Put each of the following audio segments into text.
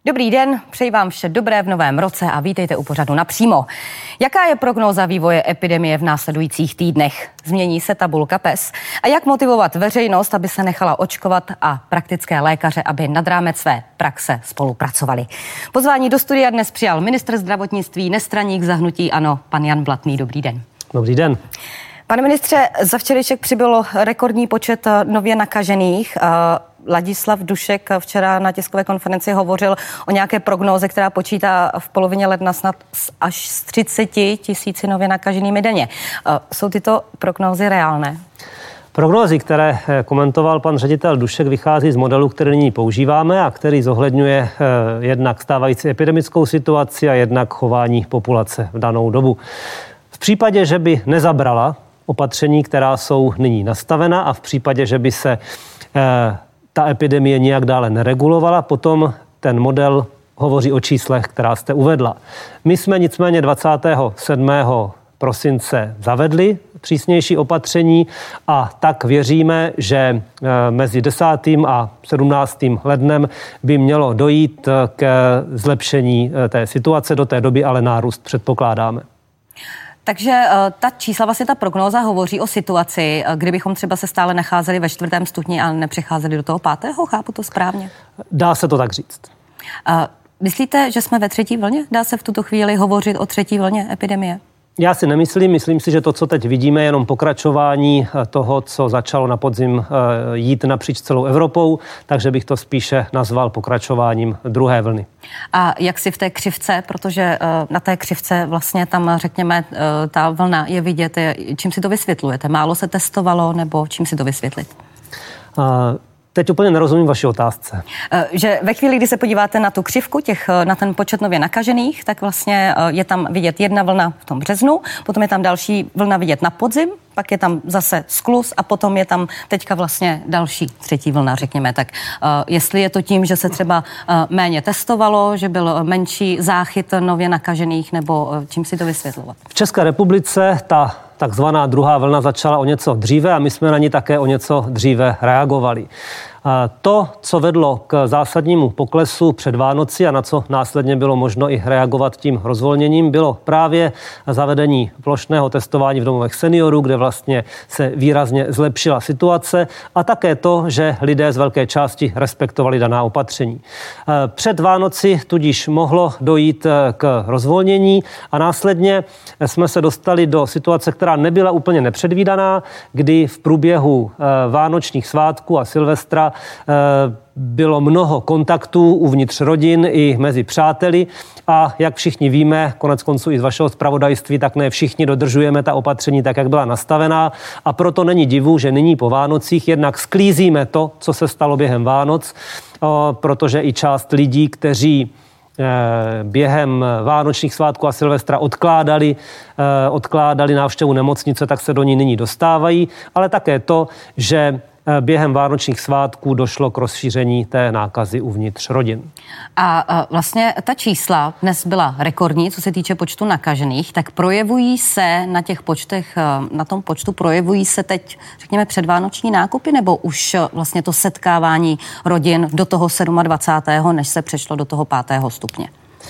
Dobrý den, přeji vám vše dobré v novém roce a vítejte u pořadu Napřímo. Jaká je prognóza vývoje epidemie v následujících týdnech? Změní se tabulka PES? A jak motivovat veřejnost, aby se nechala očkovat a praktické lékaře, aby nad rámec své praxe spolupracovali? Pozvání do studia dnes přijal ministr zdravotnictví, nestraník za hnutí ANO, pan Jan Blatný. Dobrý den. Dobrý den. Pane ministře, za včerejšek přibylo rekordní počet nově nakažených. Ladislav Dušek včera na tiskové konferenci hovořil o nějaké prognóze, která počítá v polovině ledna snad až s 30 000 nově nakaženými denně. Jsou tyto prognózy reálné? Prognózy, které komentoval pan ředitel Dušek, vychází z modelu, který nyní používáme a který zohledňuje jednak stávající epidemickou situaci a jednak chování populace v danou dobu. V případě, že by nezabrala opatření, která jsou nyní nastavena a v případě, že by se ta epidemie nijak dále neregulovala, potom ten model hovoří o číslech, která jste uvedla. My jsme nicméně 27. prosince zavedli přísnější opatření a tak věříme, že mezi 10. a 17. lednem by mělo dojít k zlepšení té situace. Do té doby ale nárůst předpokládáme. Takže ta čísla, vlastně ta prognóza hovoří o situaci, kdybychom třeba se stále nacházeli ve 4. stupni a nepřicházeli do toho 5. Chápu to správně? Dá se to tak říct. Myslíte, že jsme ve 3. vlně? Dá se v tuto chvíli hovořit o 3. vlně epidemie? Já si nemyslím, myslím si, že to, co teď vidíme, je jenom pokračování toho, co začalo na podzim jít napříč celou Evropou, takže bych to spíše nazval pokračováním druhé vlny. A jak si v té křivce, protože na té křivce vlastně tam, řekněme, ta vlna je vidět, čím si to vysvětlujete? Málo se testovalo, nebo čím si to vysvětlit? Teď úplně nerozumím vaší otázce. Že ve chvíli, kdy se podíváte na tu křivku, na ten počet nově nakažených, tak vlastně je tam vidět jedna vlna v tom březnu, potom je tam další vlna vidět na podzim, pak je tam zase skluz a potom je tam teďka vlastně další 3. vlna, řekněme. Tak jestli je to tím, že se třeba méně testovalo, že byl menší záchyt nově nakažených, nebo čím si to vysvětlovat? V České republice ta takzvaná druhá vlna začala o něco dříve a my jsme na ní také o něco dříve reagovali. To, co vedlo k zásadnímu poklesu před Vánoci a na co následně bylo možno i reagovat tím rozvolněním, bylo právě zavedení plošného testování v domovech seniorů, kde vlastně se výrazně zlepšila situace a také to, že lidé z velké části respektovali daná opatření. Před Vánoci tudíž mohlo dojít k rozvolnění a následně jsme se dostali do situace, která nebyla úplně nepředvídaná, kdy v průběhu vánočních svátků a Silvestra bylo mnoho kontaktů uvnitř rodin i mezi přáteli a jak všichni víme, konec konců i z vašeho zpravodajství, tak ne všichni dodržujeme ta opatření tak, jak byla nastavená a proto není divu, že nyní po Vánocích jednak sklízíme to, co se stalo během Vánoc, protože i část lidí, kteří během vánočních svátků a Silvestra odkládali návštěvu nemocnice, tak se do ní nyní dostávají, ale také to, že během vánočních svátků došlo k rozšíření té nákazy uvnitř rodin. A vlastně ta čísla dnes byla rekordní, co se týče počtu nakažených, tak projevují se na těch počtech, na tom počtu projevují se teď, řekněme, předvánoční nákupy, nebo už vlastně to setkávání rodin do toho 27., než se přešlo do toho 5. stupně?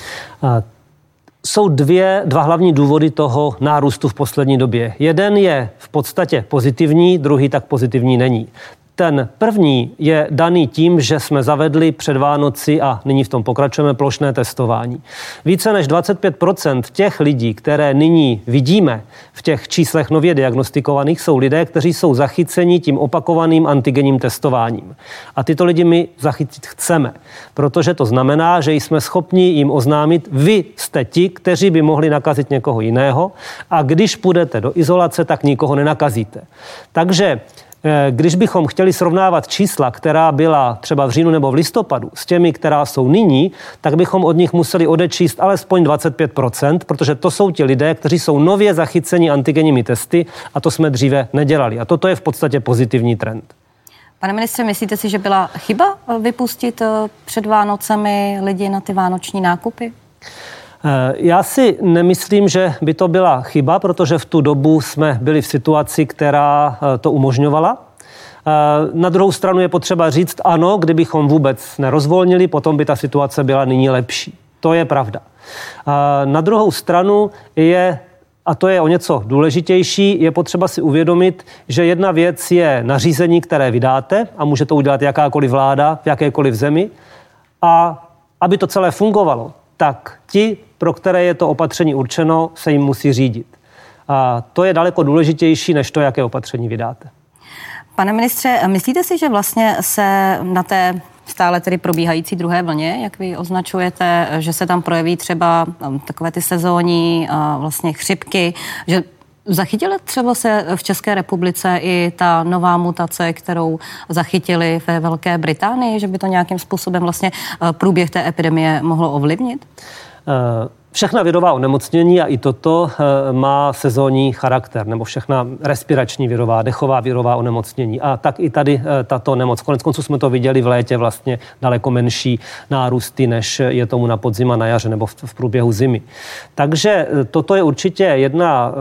Jsou dva hlavní důvody toho nárůstu v poslední době. Jeden je v podstatě pozitivní, druhý tak pozitivní není. Ten první je daný tím, že jsme zavedli před Vánoci a nyní v tom pokračujeme plošné testování. Více než 25% těch lidí, které nyní vidíme v těch číslech nově diagnostikovaných, jsou lidé, kteří jsou zachyceni tím opakovaným antigenním testováním. A tyto lidi my zachytit chceme, protože to znamená, že jsme schopni jim oznámit, vy jste ti, kteří by mohli nakazit někoho jiného a když půjdete do izolace, tak nikoho nenakazíte. Takže když bychom chtěli srovnávat čísla, která byla třeba v říjnu nebo v listopadu s těmi, která jsou nyní, tak bychom od nich museli odečíst alespoň 25%, protože to jsou ti lidé, kteří jsou nově zachyceni antigenními testy a to jsme dříve nedělali. A toto je v podstatě pozitivní trend. Pane ministře, myslíte si, že byla chyba vypustit před Vánocemi lidi na ty vánoční nákupy? Já si nemyslím, že by to byla chyba, protože v tu dobu jsme byli v situaci, která to umožňovala. Na druhou stranu je potřeba říct, ano, kdybychom vůbec nerozvolnili, potom by ta situace byla nyní lepší. To je pravda. Na druhou stranu je, a to je o něco důležitější, je potřeba si uvědomit, že jedna věc je nařízení, které vydáte, a může to udělat jakákoliv vláda v jakékoliv zemi, a aby to celé fungovalo, tak ti, pro které je to opatření určeno, se jim musí řídit. A to je daleko důležitější, než to, jaké opatření vydáte. Pane ministře, myslíte si, že vlastně se na té stále tedy probíhající druhé vlně, jak vy označujete, že se tam projeví třeba takové ty sezónní vlastně chřipky, že zachytila třeba se v České republice i ta nová mutace, kterou zachytili ve Velké Británii, že by to nějakým způsobem vlastně průběh té epidemie mohlo ovlivnit? Všechna virová onemocnění a i toto má sezónní charakter, nebo všechna respirační virová, dechová virová onemocnění. A tak i tady tato nemoc. Koneckonců jsme to viděli v létě vlastně daleko menší nárůsty, než je tomu na podzim a na jaře nebo v průběhu zimy. Takže toto je určitě jedna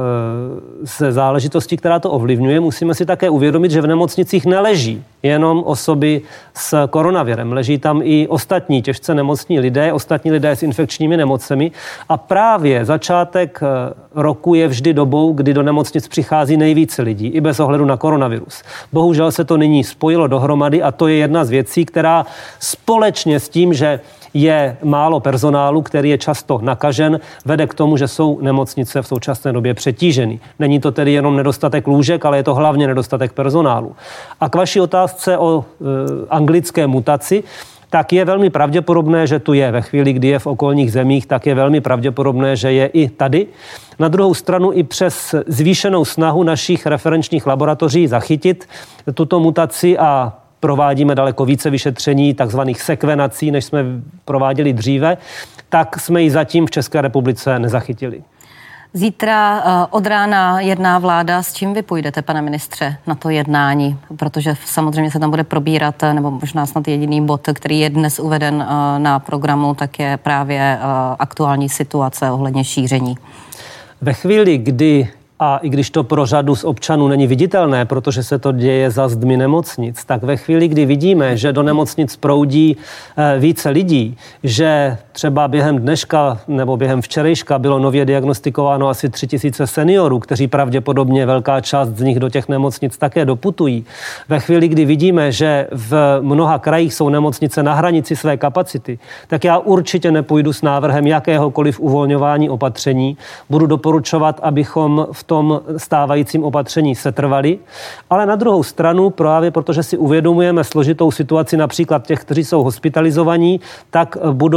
ze záležitostí, která to ovlivňuje. Musíme si také uvědomit, že v nemocnicích neleží jenom osoby s koronavirem. Leží tam i ostatní těžce nemocní lidé, ostatní lidé s infekčními nemocemi. A právě začátek roku je vždy dobou, kdy do nemocnic přichází nejvíce lidí, i bez ohledu na koronavirus. Bohužel se to nyní spojilo dohromady a to je jedna z věcí, která společně s tím, že je málo personálu, který je často nakažen, vede k tomu, že jsou nemocnice v současné době přetíženy. Není to tedy jenom nedostatek lůžek, ale je to hlavně nedostatek personálu. A k vaší otázce o anglické mutaci, tak je velmi pravděpodobné, že tu je. Ve chvíli, kdy je v okolních zemích, tak je velmi pravděpodobné, že je i tady. Na druhou stranu i přes zvýšenou snahu našich referenčních laboratoří zachytit tuto mutaci a provádíme daleko více vyšetření, takzvaných sekvenací, než jsme prováděli dříve, tak jsme ji zatím v České republice nezachytili. Zítra od rána jedná vláda. S čím vy půjdete, pane ministře, na to jednání? Protože samozřejmě se tam bude probírat, nebo možná snad jediný bod, který je dnes uveden na programu, tak je právě aktuální situace ohledně šíření. Ve chvíli, kdy a i když to pro řadu z občanů není viditelné, protože se to děje za zdmi nemocnic, tak ve chvíli, kdy vidíme, že do nemocnic proudí více lidí, že třeba během dneška nebo během včerejška bylo nově diagnostikováno asi 3000 seniorů, kteří pravděpodobně velká část z nich do těch nemocnic také doputují. Ve chvíli, kdy vidíme, že v mnoha krajích jsou nemocnice na hranici své kapacity, tak já určitě nepůjdu s návrhem jakéhokoliv uvolňování opatření. Budu doporučovat, abychom v tom stávajícím opatření setrvali, ale na druhou stranu právě protože si uvědomujeme složitou situaci například těch, kteří jsou hospitalizovaní, tak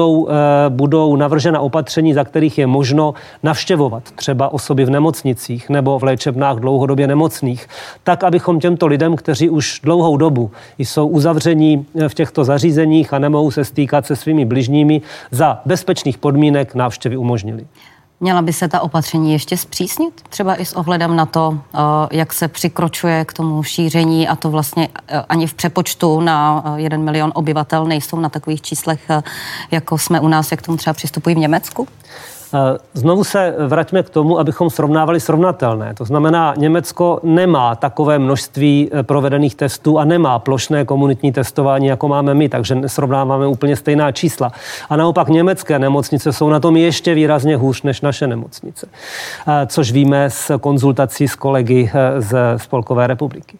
budou navržena opatření, za kterých je možno navštěvovat třeba osoby v nemocnicích nebo v léčebnách dlouhodobě nemocných, tak abychom těmto lidem, kteří už dlouhou dobu jsou uzavření v těchto zařízeních a nemohou se stýkat se svými bližními, za bezpečných podmínek návštěvy umožnili. Měla by se ta opatření ještě zpřísnit? Třeba i s ohledem na to, jak se přikročuje k tomu šíření a to vlastně ani v přepočtu na 1 milion obyvatel nejsou na takových číslech, jako jsme u nás, jak tomu třeba přistupují v Německu? Znovu se vraťme k tomu, abychom srovnávali srovnatelné. To znamená, Německo nemá takové množství provedených testů a nemá plošné komunitní testování, jako máme my, takže srovnáváme úplně stejná čísla. A naopak německé nemocnice jsou na tom ještě výrazně hůř než naše nemocnice, což víme z konzultací s kolegy z Spolkové republiky.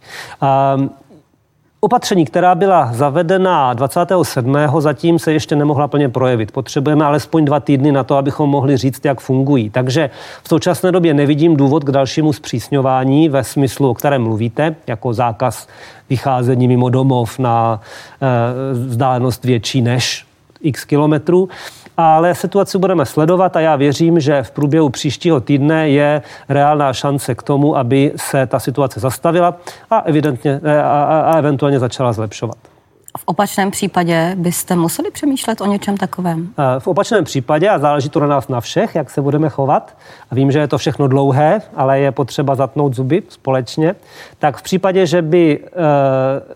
Opatření, která byla zavedena 27. zatím se ještě nemohla plně projevit. Potřebujeme alespoň 2 týdny na to, abychom mohli říct, jak fungují. Takže v současné době nevidím důvod k dalšímu zpřísňování ve smyslu, o kterém mluvíte, jako zákaz vycházení mimo domov na vzdálenost větší než x kilometrů. Ale situaci budeme sledovat a já věřím, že v průběhu příštího týdne je reálná šance k tomu, aby se ta situace zastavila a eventuálně začala zlepšovat. V opačném případě byste museli přemýšlet o něčem takovém? V opačném případě, a záleží to na nás na všech, jak se budeme chovat, a vím, že je to všechno dlouhé, ale je potřeba zatnout zuby společně, tak v případě, že by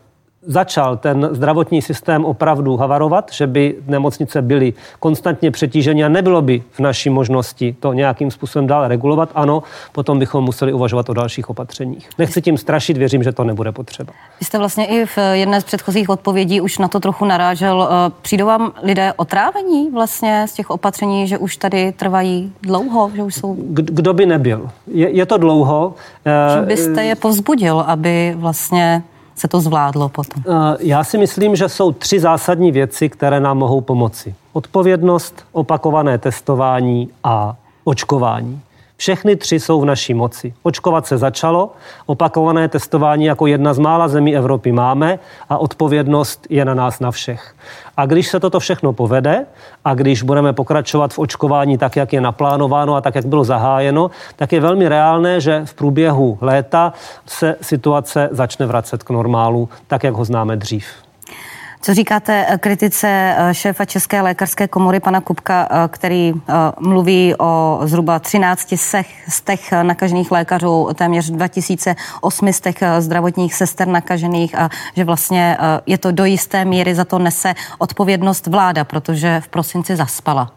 začal ten zdravotní systém opravdu havarovat, že by nemocnice byly konstantně přetíženy a nebylo by v naší možnosti to nějakým způsobem dále regulovat, ano, potom bychom museli uvažovat o dalších opatřeních. Nechci tím strašit, věřím, že to nebude potřeba. Vy jste vlastně i v jedné z předchozích odpovědí už na to trochu narážel. Přijdou vám lidé otrávení vlastně z těch opatření, že už tady trvají dlouho, že už jsou... Kdo by nebyl? Je to dlouho. Že byste je povzbudil, aby vlastně se to zvládlo potom? Já si myslím, že jsou 3 zásadní věci, které nám mohou pomoci. Odpovědnost, opakované testování a očkování. Všechny 3 jsou v naší moci. Očkovat se začalo, opakované testování jako jedna z mála zemí Evropy máme a odpovědnost je na nás na všech. A když se toto všechno povede a když budeme pokračovat v očkování tak, jak je naplánováno a tak, jak bylo zahájeno, tak je velmi reálné, že v průběhu léta se situace začne vracet k normálu, tak, jak ho známe dřív. Co říkáte kritice šéfa České lékařské komory pana Kubka, který mluví o zhruba 13 stech nakažených lékařů, téměř 2800 zdravotních sester nakažených a že vlastně je to do jisté míry za to nese odpovědnost vláda, protože v prosinci zaspala?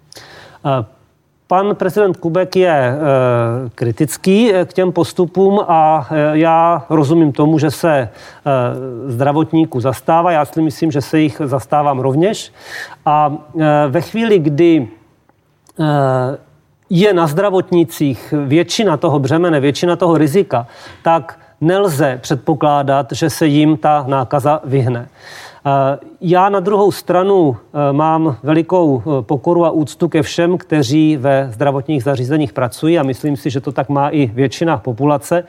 Pan prezident Kubek je kritický k těm postupům a já rozumím tomu, že se zdravotníků zastává. Já si myslím, že se jich zastávám rovněž. A ve chvíli, kdy je na zdravotnících většina toho břemene, většina toho rizika, tak nelze předpokládat, že se jim ta nákaza vyhne. Já na druhou stranu mám velikou pokoru a úctu ke všem, kteří ve zdravotních zařízeních pracují a myslím si, že to tak má i většina populace.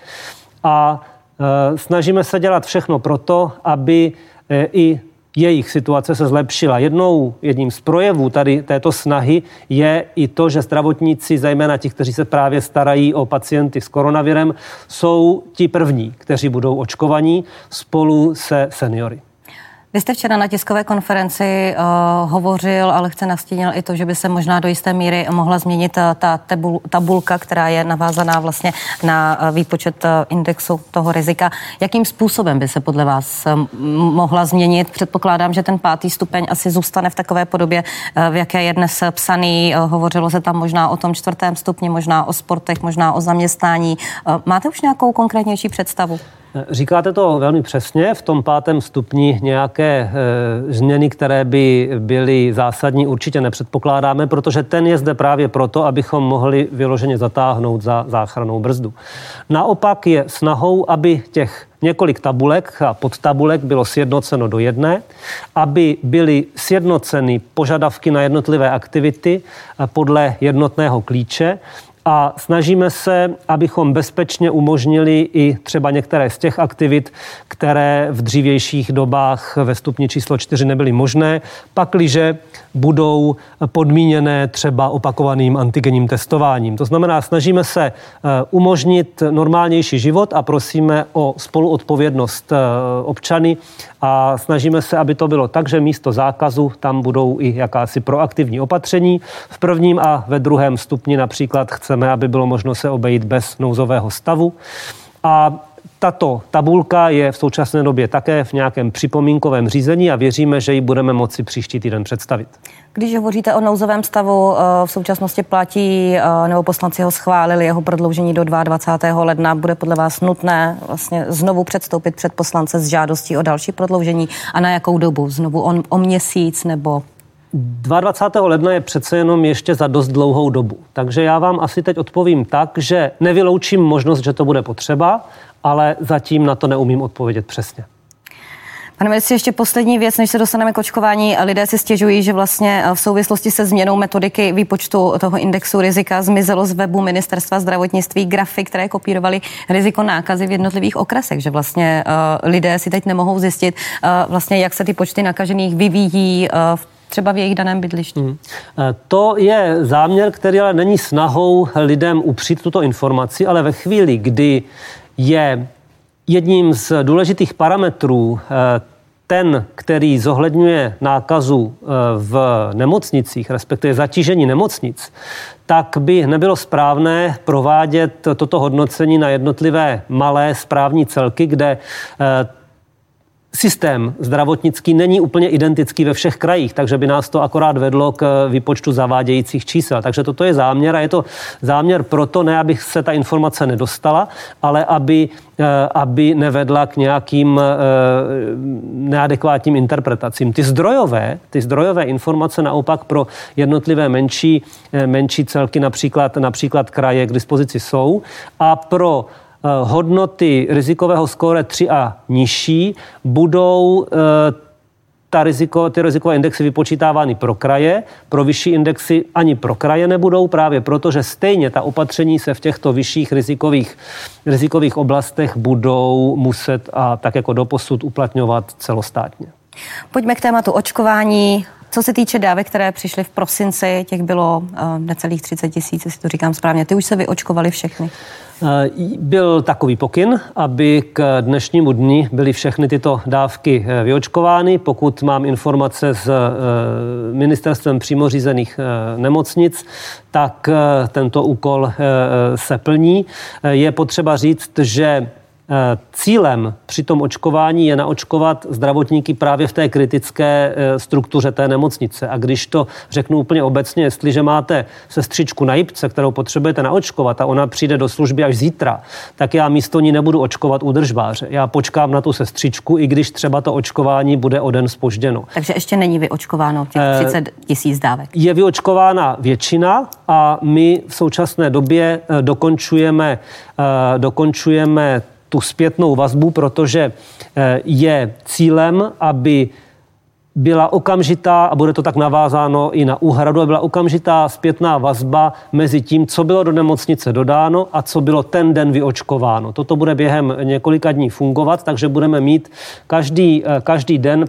A snažíme se dělat všechno proto, aby i jejich situace se zlepšila. Jedním z projevů tady této snahy je i to, že zdravotníci, zejména ti, kteří se právě starají o pacienty s koronavirem, jsou ti první, kteří budou očkovaní spolu se seniory. Vy jste včera na tiskové konferenci hovořil, ale nastínil i to, že by se možná do jisté míry mohla změnit ta tabulka, která je navázaná vlastně na výpočet indexu toho rizika. Jakým způsobem by se podle vás mohla změnit? Předpokládám, že ten 5. stupeň asi zůstane v takové podobě, v jaké je dnes psaný. Hovořilo se tam možná o tom 4. stupni, možná o sportech, možná o zaměstnání. Máte už nějakou konkrétnější představu? Říkáte to velmi přesně. V tom 5. stupni nějaké změny, které by byly zásadní, určitě nepředpokládáme, protože ten je zde právě proto, abychom mohli vyloženě zatáhnout za záchrannou brzdu. Naopak je snahou, aby těch několik tabulek a podtabulek bylo sjednoceno do jedné, aby byly sjednoceny požadavky na jednotlivé aktivity podle jednotného klíče, a snažíme se, abychom bezpečně umožnili i třeba některé z těch aktivit, které v dřívějších dobách ve stupni číslo 4 nebyly možné, pakliže budou podmíněné třeba opakovaným antigenním testováním. To znamená, snažíme se umožnit normálnější život a prosíme o spoluodpovědnost občany a snažíme se, aby to bylo tak, že místo zákazu tam budou i jakási proaktivní opatření. V 1. a ve 2. stupni například chceme, aby bylo možno se obejít bez nouzového stavu. A tato tabulka je v současné době také v nějakém připomínkovém řízení a věříme, že ji budeme moci příští týden představit. Když hovoříte o nouzovém stavu, v současnosti platí, nebo poslanci ho schválili, jeho prodloužení do 22. ledna. Bude podle vás nutné vlastně znovu předstoupit před poslance s žádostí o další prodloužení a na jakou dobu? Znovu o měsíc nebo... 22. ledna je přece jenom ještě za dost dlouhou dobu. Takže já vám asi teď odpovím tak, že nevyloučím možnost, že to bude potřeba, ale zatím na to neumím odpovědět přesně. Pane ministře, ještě poslední věc, než se dostaneme k očkování. Lidé si stěžují, že vlastně v souvislosti se změnou metodiky výpočtu toho indexu rizika zmizelo z webu Ministerstva zdravotnictví grafy, které kopírovaly riziko nákazy v jednotlivých okresech, že vlastně lidé si teď nemohou zjistit vlastně, jak se ty počty nakažených vyvíjí třeba v jejich daném bydlišti. To je záměr, který ale není snahou lidem upřít tuto informaci, ale ve chvíli, kdy je jedním z důležitých parametrů ten, který zohledňuje nákazu v nemocnicích, respektive zatížení nemocnic, tak by nebylo správné provádět toto hodnocení na jednotlivé malé správní celky, kde systém zdravotnický není úplně identický ve všech krajích, takže by nás to akorát vedlo k výpočtu zavádějících čísel. Takže toto je záměr a je to záměr proto, ne aby se ta informace nedostala, ale aby nevedla k nějakým neadekvátním interpretacím. Ty zdrojové informace naopak pro jednotlivé menší celky, například kraje, k dispozici jsou a pro hodnoty rizikového skóre 3 a nižší budou ty rizikové indexy vypočítávány pro kraje, pro vyšší indexy ani pro kraje nebudou, právě proto, že stejně ta opatření se v těchto vyšších rizikových oblastech budou muset a tak jako doposud uplatňovat celostátně. Pojďme k tématu očkování. Co se týče dávek, které přišly v prosinci, těch bylo necelých 30 000, jestli to říkám správně. Ty už se vyočkovaly všechny? Byl takový pokyn, aby k dnešnímu dni byly všechny tyto dávky vyočkovány. Pokud mám informace z ministerstvem přímo řízených nemocnic, tak tento úkol se plní. Je potřeba říct, že cílem při tom očkování je naočkovat zdravotníky právě v té kritické struktuře té nemocnice. A když to řeknu úplně obecně, jestliže máte sestřičku na jipce, kterou potřebujete naočkovat a ona přijde do služby až zítra, tak já místo ní nebudu očkovat údržbáře. Já počkám na tu sestřičku, i když třeba to očkování bude o den zpožděno. Takže ještě není vyočkováno těch 30 000 dávek? Je vyočkována většina a my v současné době dokončujeme tu zpětnou vazbu, protože je cílem, aby byla okamžitá, a bude to tak navázáno i na úhradu, aby byla okamžitá zpětná vazba mezi tím, co bylo do nemocnice dodáno a co bylo ten den vyočkováno. Toto bude během několika dní fungovat, takže budeme mít každý den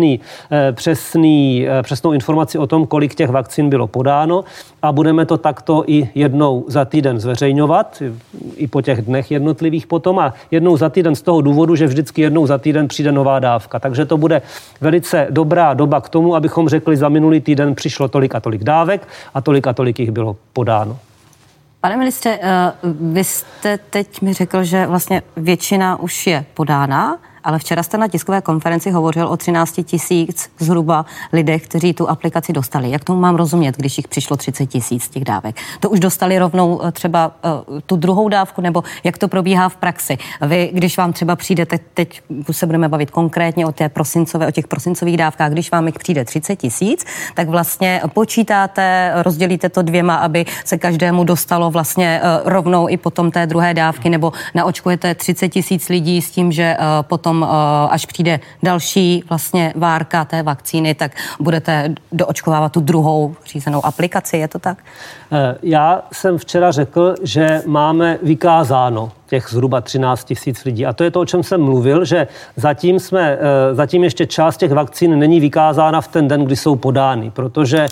přesnou informaci o tom, kolik těch vakcín bylo podáno a budeme to takto i jednou za týden zveřejňovat, i po těch dnech jednotlivých potom a jednou za týden z toho důvodu, že vždycky jednou za týden přijde nová dávka. Takže to bude velice dobrá doba k tomu, abychom řekli, za minulý týden přišlo tolik a tolik dávek a tolik jich bylo podáno. Pane ministře, vy jste teď mi řekl, že vlastně většina už je podána, ale včera jste na tiskové konferenci hovořil o 13 000 zhruba lidech, kteří tu aplikaci dostali. Jak tomu mám rozumět, když jich přišlo 30 000 těch dávek? To už dostali rovnou třeba tu druhou dávku, nebo jak to probíhá v praxi? Vy, když vám třeba přijdete, teď se budeme bavit konkrétně o těch prosincových dávkách, když vám jich přijde 30 000, tak vlastně počítáte, rozdělíte to dvěma, aby se každému dostalo vlastně rovnou i potom té druhé dávky, nebo naočkujete 30 000 lidí s tím, že potom až přijde další vlastně várka té vakcíny, tak budete doočkovávat tu druhou řízenou aplikaci, je to tak? Já jsem včera řekl, že máme vykázáno těch zhruba 13 000 lidí. A to je to, o čem jsem mluvil, že zatím ještě část těch vakcín není vykázána v ten den, kdy jsou podány, protože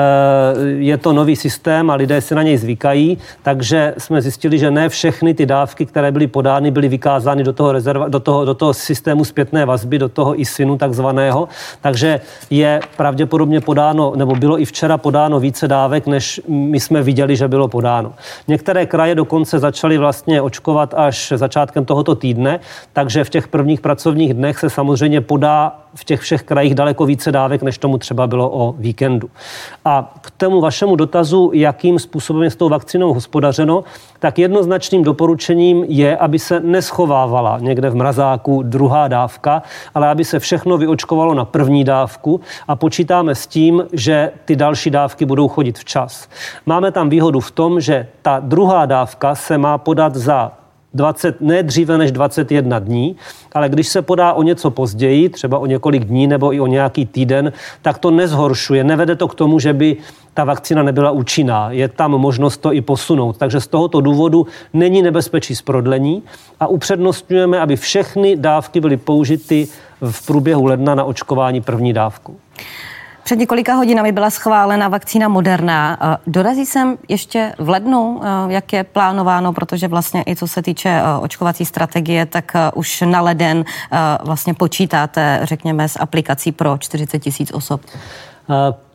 je to nový systém a lidé si na něj zvykají, takže jsme zjistili, že ne všechny ty dávky, které byly podány, byly vykázány do toho systému zpětné vazby, do toho ISINu takzvaného, takže je pravděpodobně podáno, nebo bylo i včera podáno více dávek, než my jsme viděli, že bylo podáno. Některé kraje dokonce začaly vlastně očkovat až začátkem tohoto týdne, takže v těch prvních pracovních dnech se samozřejmě podá v těch všech krajích daleko více dávek, než tomu třeba bylo o víkendu. A k tomu vašemu dotazu, jakým způsobem je s tou vakcínou hospodařeno, tak jednoznačným doporučením je, aby se neschovávala někde v mrazáku druhá dávka, ale aby se všechno vyočkovalo na první dávku a počítáme s tím, že ty další dávky budou chodit včas. Máme tam výhodu v tom, že ta druhá dávka se má podat za ne dříve než 21 dní, ale když se podá o něco později, třeba o několik dní nebo i o nějaký týden, tak to nezhoršuje. Nevede to k tomu, že by ta vakcína nebyla účinná. Je tam možnost to i posunout. Takže z tohoto důvodu není nebezpečí z prodlení a upřednostňujeme, aby všechny dávky byly použity v průběhu ledna na očkování první dávku. Před několika hodinami byla schválena vakcína Moderna. Dorazí sem ještě v lednu, jak je plánováno, protože vlastně i co se týče očkovací strategie, tak už na leden vlastně počítáte, řekněme, s aplikací pro 40 000 osob.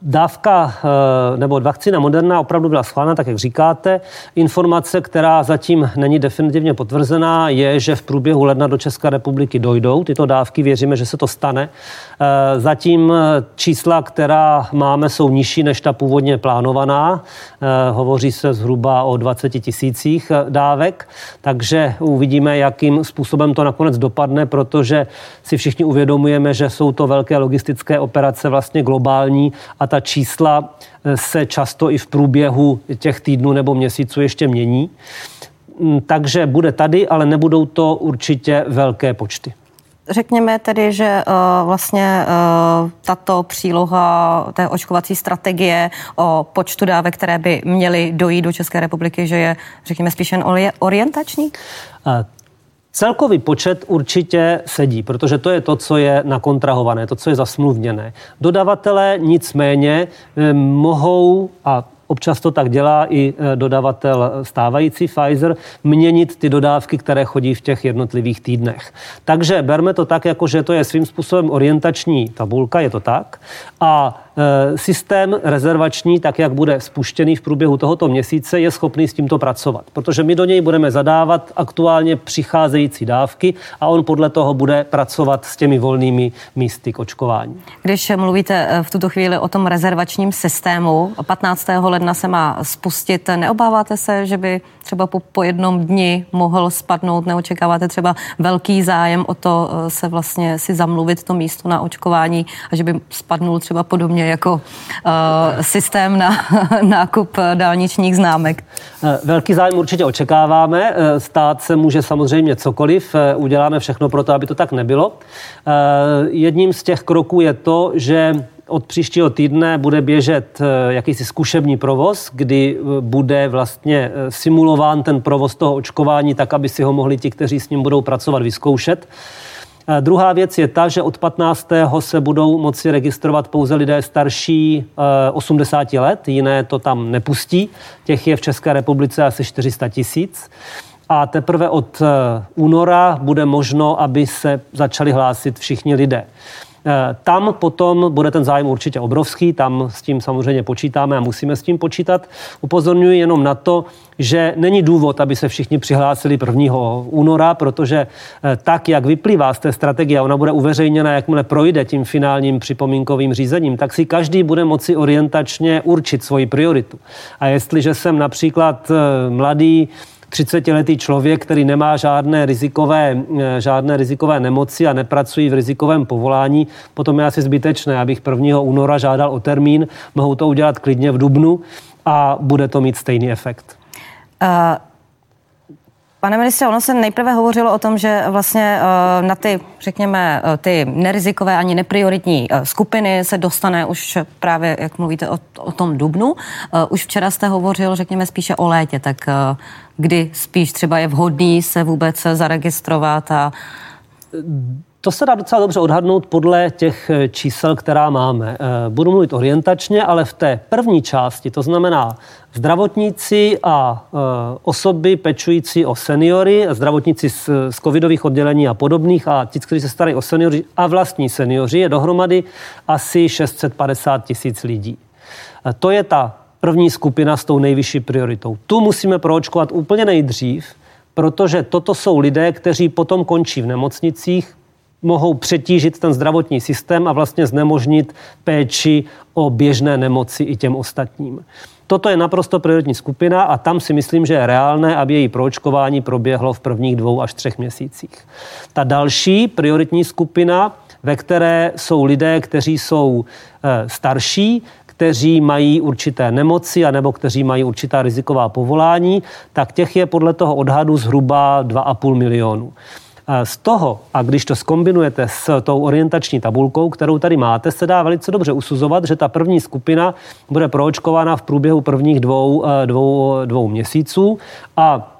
Dávka nebo vakcína Moderna opravdu byla schválena, tak jak říkáte. Informace, která zatím není definitivně potvrzená, je, že v průběhu ledna do České republiky dojdou tyto dávky. Věříme, že se to stane. Zatím čísla, která máme, jsou nižší než ta původně plánovaná. Hovoří se zhruba o 20 000 dávek, takže uvidíme, jakým způsobem to nakonec dopadne, protože si všichni uvědomujeme, že jsou to velké logistické operace vlastně globální a ta čísla se často i v průběhu těch týdnů nebo měsíců ještě mění. Takže bude tady, ale nebudou to určitě velké počty. Řekněme tedy, že vlastně tato příloha té očkovací strategie o počtu dávek, které by měly dojít do České republiky, že je, řekněme, spíš jen orientační? Celkový počet určitě sedí, protože to je to, co je nakontrahované, to, co je zasmluvněné. Dodavatelé nicméně mohou, a občas to tak dělá i dodavatel stávající Pfizer, měnit ty dodávky, které chodí v těch jednotlivých týdnech. Takže berme to tak, jako že to je svým způsobem orientační tabulka, je to tak. A systém rezervační, tak jak bude spuštěný v průběhu tohoto měsíce, je schopný s tímto pracovat. Protože my do něj budeme zadávat aktuálně přicházející dávky a on podle toho bude pracovat s těmi volnými místy k očkování. Když mluvíte v tuto chvíli o tom rezervačním systému, 15. ledna se má spustit, neobáváte se, že by třeba po jednom dni mohl spadnout, neočekáváte třeba velký zájem o to se vlastně si zamluvit to místo na očkování a že by spadnul třeba podobně jako systém na nákup dálničních známek? Velký zájem určitě očekáváme. Stát se může samozřejmě cokoliv. Uděláme všechno pro to, aby to tak nebylo. Jedním z těch kroků je to, že od příštího týdne bude běžet jakýsi zkušební provoz, kdy bude vlastně simulován ten provoz toho očkování tak, aby si ho mohli ti, kteří s ním budou pracovat, vyzkoušet. Druhá věc je ta, že od 15. se budou moci registrovat pouze lidé starší 80 let, jiné to tam nepustí. Těch je v České republice asi 400 000. A teprve od února bude možno, aby se začali hlásit všichni lidé. Tam potom bude ten zájem určitě obrovský, tam s tím samozřejmě počítáme a musíme s tím počítat. Upozorňuji jenom na to, že není důvod, aby se všichni přihlásili 1. února, protože tak, jak vyplývá z té strategie, ona bude uveřejněna, jakmile projde tím finálním připomínkovým řízením, tak si každý bude moci orientačně určit svoji prioritu. A jestliže jsem například mladý 30letý člověk, který nemá žádné rizikové nemoci a nepracují v rizikovém povolání, potom je asi zbytečné, abych 1. února žádal o termín, mohou to udělat klidně v dubnu a bude to mít stejný efekt. Pane ministře, ono se nejprve hovořilo o tom, že vlastně na ty, řekněme, ty nerizikové ani neprioritní skupiny se dostane už právě, jak mluvíte o tom dubnu. Už včera jste hovořil, řekněme, spíše o létě, tak kdy spíš třeba je vhodný se vůbec zaregistrovat a... To se dá docela dobře odhadnout podle těch čísel, která máme. Budu mluvit orientačně, ale v té první části, to znamená zdravotníci a osoby pečující o seniory, zdravotníci z covidových oddělení a podobných a ti, kteří se starají o seniory a vlastní seniori, je dohromady asi 650 000 lidí. To je ta první skupina s tou nejvyšší prioritou. Tu musíme proočkovat úplně nejdřív, protože toto jsou lidé, kteří potom končí v nemocnicích, mohou přetížit ten zdravotní systém a vlastně znemožnit péči o běžné nemoci i těm ostatním. Toto je naprosto prioritní skupina a tam si myslím, že je reálné, aby její proočkování proběhlo v prvních 2 až 3 měsících. Ta další prioritní skupina, ve které jsou lidé, kteří jsou starší, kteří mají určité nemoci anebo kteří mají určitá riziková povolání, tak těch je podle toho odhadu zhruba 2,5 milionu. Z toho, a když to zkombinujete s tou orientační tabulkou, kterou tady máte, se dá velice dobře usuzovat, že ta první skupina bude proočkována v průběhu prvních dvou měsíců a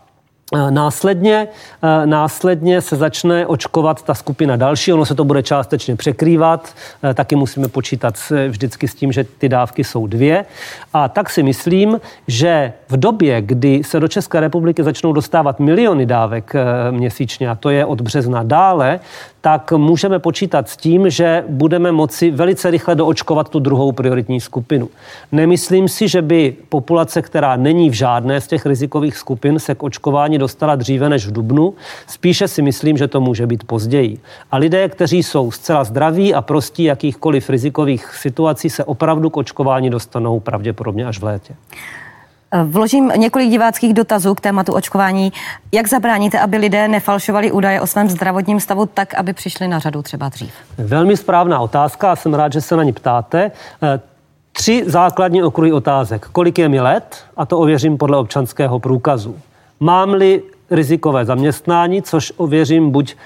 Následně se začne očkovat ta skupina další, ono se to bude částečně překrývat, taky musíme počítat vždycky s tím, že ty dávky jsou 2. A tak si myslím, že v době, kdy se do České republiky začnou dostávat miliony dávek měsíčně, a to je od března dále, tak můžeme počítat s tím, že budeme moci velice rychle doočkovat tu druhou prioritní skupinu. Nemyslím si, že by populace, která není v žádné z těch rizikových skupin, se k očkování dostala dříve než v dubnu. Spíše si myslím, že to může být později. A lidé, kteří jsou zcela zdraví a prostí jakýchkoliv rizikových situací, se opravdu k očkování dostanou pravděpodobně až v létě. Vložím několik diváckých dotazů k tématu očkování. Jak zabráníte, aby lidé nefalšovali údaje o svém zdravotním stavu tak, aby přišli na řadu třeba dřív? Velmi správná otázka a jsem rád, že se na ní ptáte. 3 základní okruhy otázek. Kolik je mi let? A to ověřím podle občanského průkazu. Mám-li rizikové zaměstnání, což ověřím buď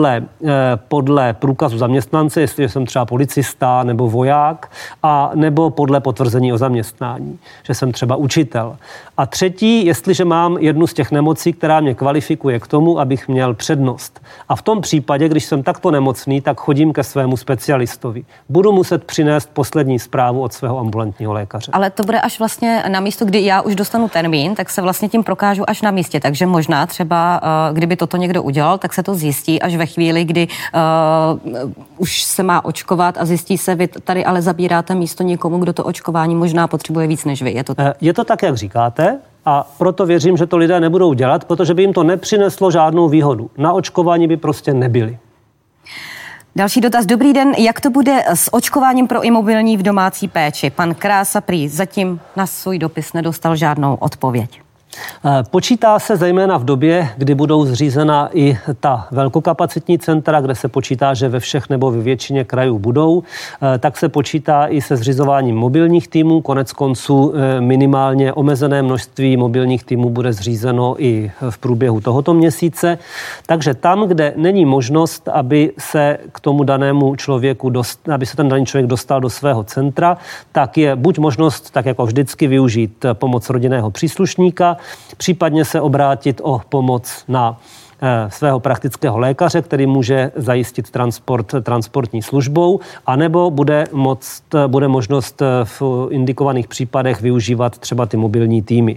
podle průkazu zaměstnance, jestli jsem třeba policista nebo voják, a nebo podle potvrzení o zaměstnání, že jsem třeba učitel. A 3, jestliže mám jednu z těch nemocí, která mě kvalifikuje k tomu, abych měl přednost. A v tom případě, když jsem takto nemocný, tak chodím ke svému specialistovi. Budu muset přinést poslední zprávu od svého ambulantního lékaře. Ale to bude až vlastně na místo, kdy já už dostanu termín, tak se vlastně tím prokážu až na místě. Takže možná třeba, kdyby toto někdo udělal, tak se to zjistí až ve chvíli, kdy už se má očkovat a zjistí se, vy tady ale zabíráte místo někomu, kdo to očkování možná potřebuje víc než vy. Je to tak, jak říkáte. A proto věřím, že to lidé nebudou dělat, protože by jim to nepřineslo žádnou výhodu. Na očkování by prostě nebyli. Další dotaz. Dobrý den. Jak to bude s očkováním pro imobilní v domácí péči? Pan Krása prý zatím na svůj dopis nedostal žádnou odpověď. Počítá se zejména v době, kdy budou zřízena i ta velkokapacitní centra, kde se počítá, že ve všech nebo ve většině krajů budou, tak se počítá i se zřizováním mobilních týmů. Konec konců minimálně omezené množství mobilních týmů bude zřízeno i v průběhu tohoto měsíce. Takže tam, kde není možnost, aby se k tomu danému člověku, aby se ten daný člověk dostal do svého centra, tak je buď možnost, tak jako vždycky, využít pomoc rodinného příslušníka, případně se obrátit o pomoc na svého praktického lékaře, který může zajistit transportní službou, anebo bude možnost v indikovaných případech využívat třeba ty mobilní týmy.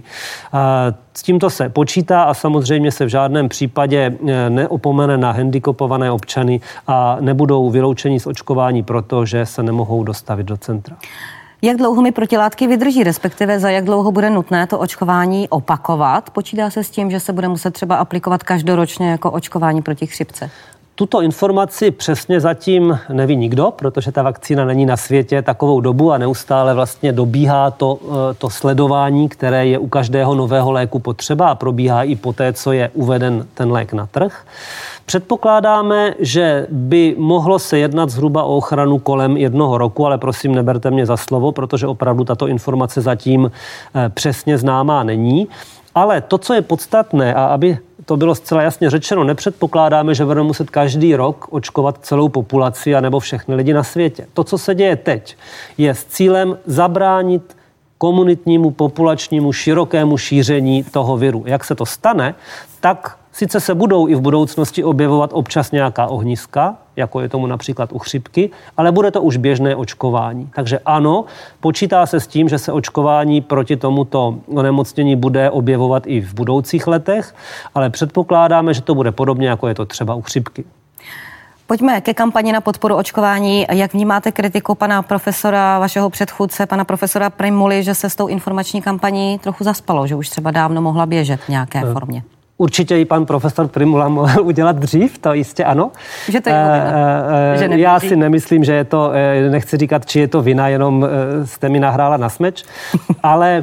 S tímto se počítá a samozřejmě se v žádném případě neopomene na handicapované občany a nebudou vyloučeni z očkování, protože se nemohou dostavit do centra. Jak dlouho mi protilátky vydrží, respektive za jak dlouho bude nutné to očkování opakovat? Počítá se s tím, že se bude muset třeba aplikovat každoročně jako očkování proti chřipce? Tuto informaci přesně zatím neví nikdo, protože ta vakcína není na světě takovou dobu a neustále vlastně dobíhá to sledování, které je u každého nového léku potřeba a probíhá i poté, co je uveden ten lék na trh. Předpokládáme, že by mohlo se jednat zhruba o ochranu kolem 1 roku, ale prosím, neberte mě za slovo, protože opravdu tato informace zatím přesně známá není. Ale to, co je podstatné, a aby to bylo zcela jasně řečeno, nepředpokládáme, že budeme muset každý rok očkovat celou populaci anebo všechny lidi na světě. To, co se děje teď, je s cílem zabránit komunitnímu, populačnímu, širokému šíření toho viru. Jak se to stane, tak sice se budou i v budoucnosti objevovat občas nějaká ohniska, jako je tomu například u chřipky, ale bude to už běžné očkování. Takže ano, počítá se s tím, že se očkování proti tomuto onemocnění bude objevovat i v budoucích letech, ale předpokládáme, že to bude podobně, jako je to třeba u chřipky. Pojďme ke kampani na podporu očkování. Jak vnímáte kritiku pana profesora, vašeho předchůdce, pana profesora Prymuly, že se s tou informační kampaní trochu zaspalo, že už třeba dávno mohla běžet v nějaké formě? Určitě i pan profesor Prymula mohl udělat dřív, to jistě ano. Že to je vina, já si nemyslím, že je to, nechci říkat, či je to vina, jenom jste mi nahrála na smeč, ale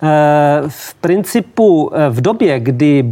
v principu v době, kdy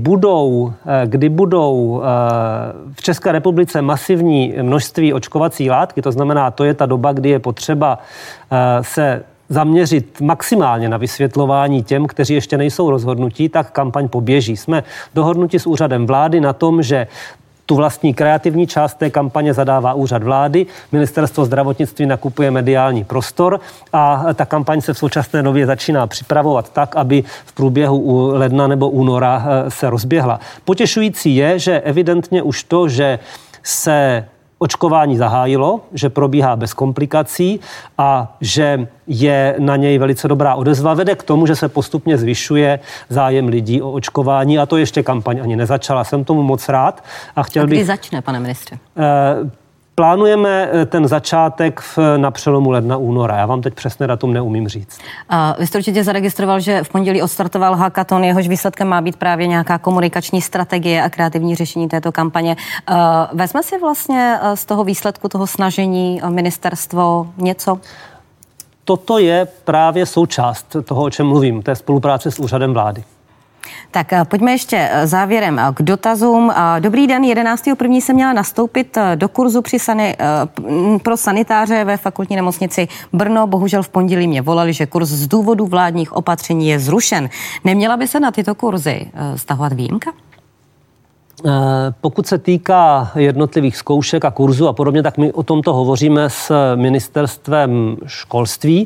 budou v České republice masivní množství očkovací látky, to znamená, to je ta doba, kdy je potřeba se zaměřit maximálně na vysvětlování těm, kteří ještě nejsou rozhodnutí, tak kampaň poběží. Jsme dohodnuti s úřadem vlády na tom, že Tu vlastní kreativní část té kampaně zadává Úřad vlády, Ministerstvo zdravotnictví nakupuje mediální prostor a ta kampaň se v současné době začíná připravovat tak, aby v průběhu ledna nebo února se rozběhla. Potěšující je, že evidentně už to, že se očkování zahájilo, že probíhá bez komplikací a že je na něj velice dobrá odezva, vede k tomu, že se postupně zvyšuje zájem lidí o očkování a to ještě kampaň ani nezačala. Jsem tomu moc rád. A kdy začne, pane ministře? Plánujeme ten začátek na přelomu ledna února. Já vám teď přesné datum neumím říct. Vy jste určitě zaregistroval, že v pondělí odstartoval hackathon, jehož výsledkem má být právě nějaká komunikační strategie a kreativní řešení této kampaně. Vezme si vlastně z toho výsledku, toho snažení ministerstvo něco? Toto je právě součást toho, o čem mluvím, té spolupráce s Úřadem vlády. Tak pojďme ještě závěrem k dotazům. Dobrý den, 11.1. se měla nastoupit do kurzu pro sanitáře ve fakultní nemocnici Brno. Bohužel v pondělí mě volali, že kurz z důvodu vládních opatření je zrušen. Neměla by se na tyto kurzy stahovat výjimka? Pokud se týká jednotlivých zkoušek a kurzů a podobně, tak my o tomto hovoříme s ministerstvem školství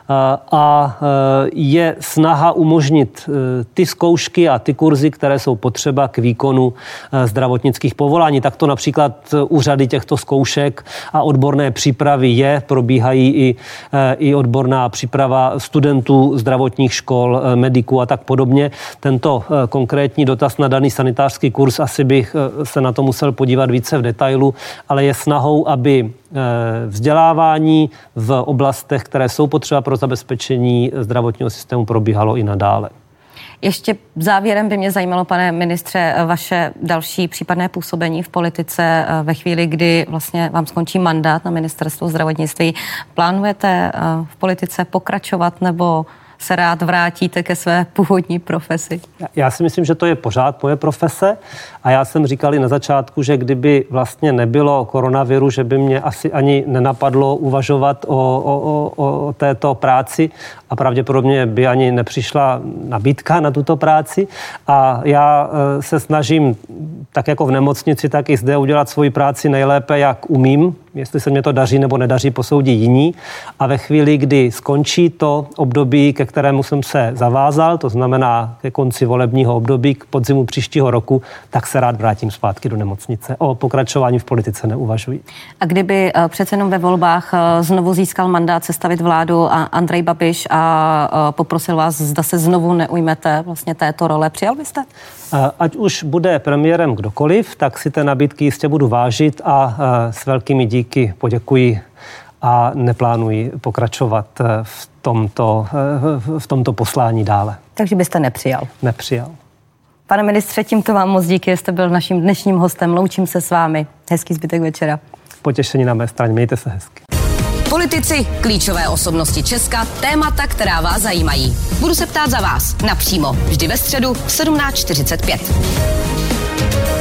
a je snaha umožnit ty zkoušky a ty kurzy, které jsou potřeba k výkonu zdravotnických povolání. Tak to například úřady těchto zkoušek a odborné přípravy probíhají i odborná příprava studentů zdravotních škol, mediků a tak podobně. Tento konkrétní dotaz na daný sanitářský kurz asi bych se na to musel podívat více v detailu, ale je snahou, aby vzdělávání v oblastech, které jsou potřeba pro zabezpečení zdravotního systému, probíhalo i nadále. Ještě závěrem by mě zajímalo, pane ministře, vaše další případné působení v politice ve chvíli, kdy vlastně vám skončí mandát na ministerstvu zdravotnictví. Plánujete v politice pokračovat nebo se rád vrátíte ke své původní profesi? Já si myslím, že to je pořád moje profese a já jsem říkal i na začátku, že kdyby vlastně nebylo koronaviru, že by mě asi ani nenapadlo uvažovat o této práci a pravděpodobně by ani nepřišla nabídka na tuto práci a já se snažím tak jako v nemocnici, tak i zde udělat svoji práci nejlépe, jak umím. Jestli se mě to daří nebo nedaří, posoudí jiní. A ve chvíli, kdy skončí to období, ke kterému jsem se zavázal, to znamená ke konci volebního období, k podzimu příštího roku, tak se rád vrátím zpátky do nemocnice. O pokračování v politice neuvažuji. A kdyby přece jenom ve volbách znovu získal mandát sestavit vládu a Andrej Babiš a poprosil vás, zda se znovu neujmete vlastně této role, přijal byste? Ať už bude premiérem kdokoliv, tak si té nabídky jistě budu vážit a s velkými díky poděkuji a neplánuji pokračovat v tomto poslání dále. Takže byste nepřijal? Nepřijal. Pane ministře, tímto vám moc díky, jste byl naším dnešním hostem. Loučím se s vámi. Hezký zbytek večera. Potěšení na mé straně. Mějte se hezky. Politici, klíčové osobnosti Česka, témata, která vás zajímají. Budu se ptát za vás napřímo, vždy ve středu v 17:45.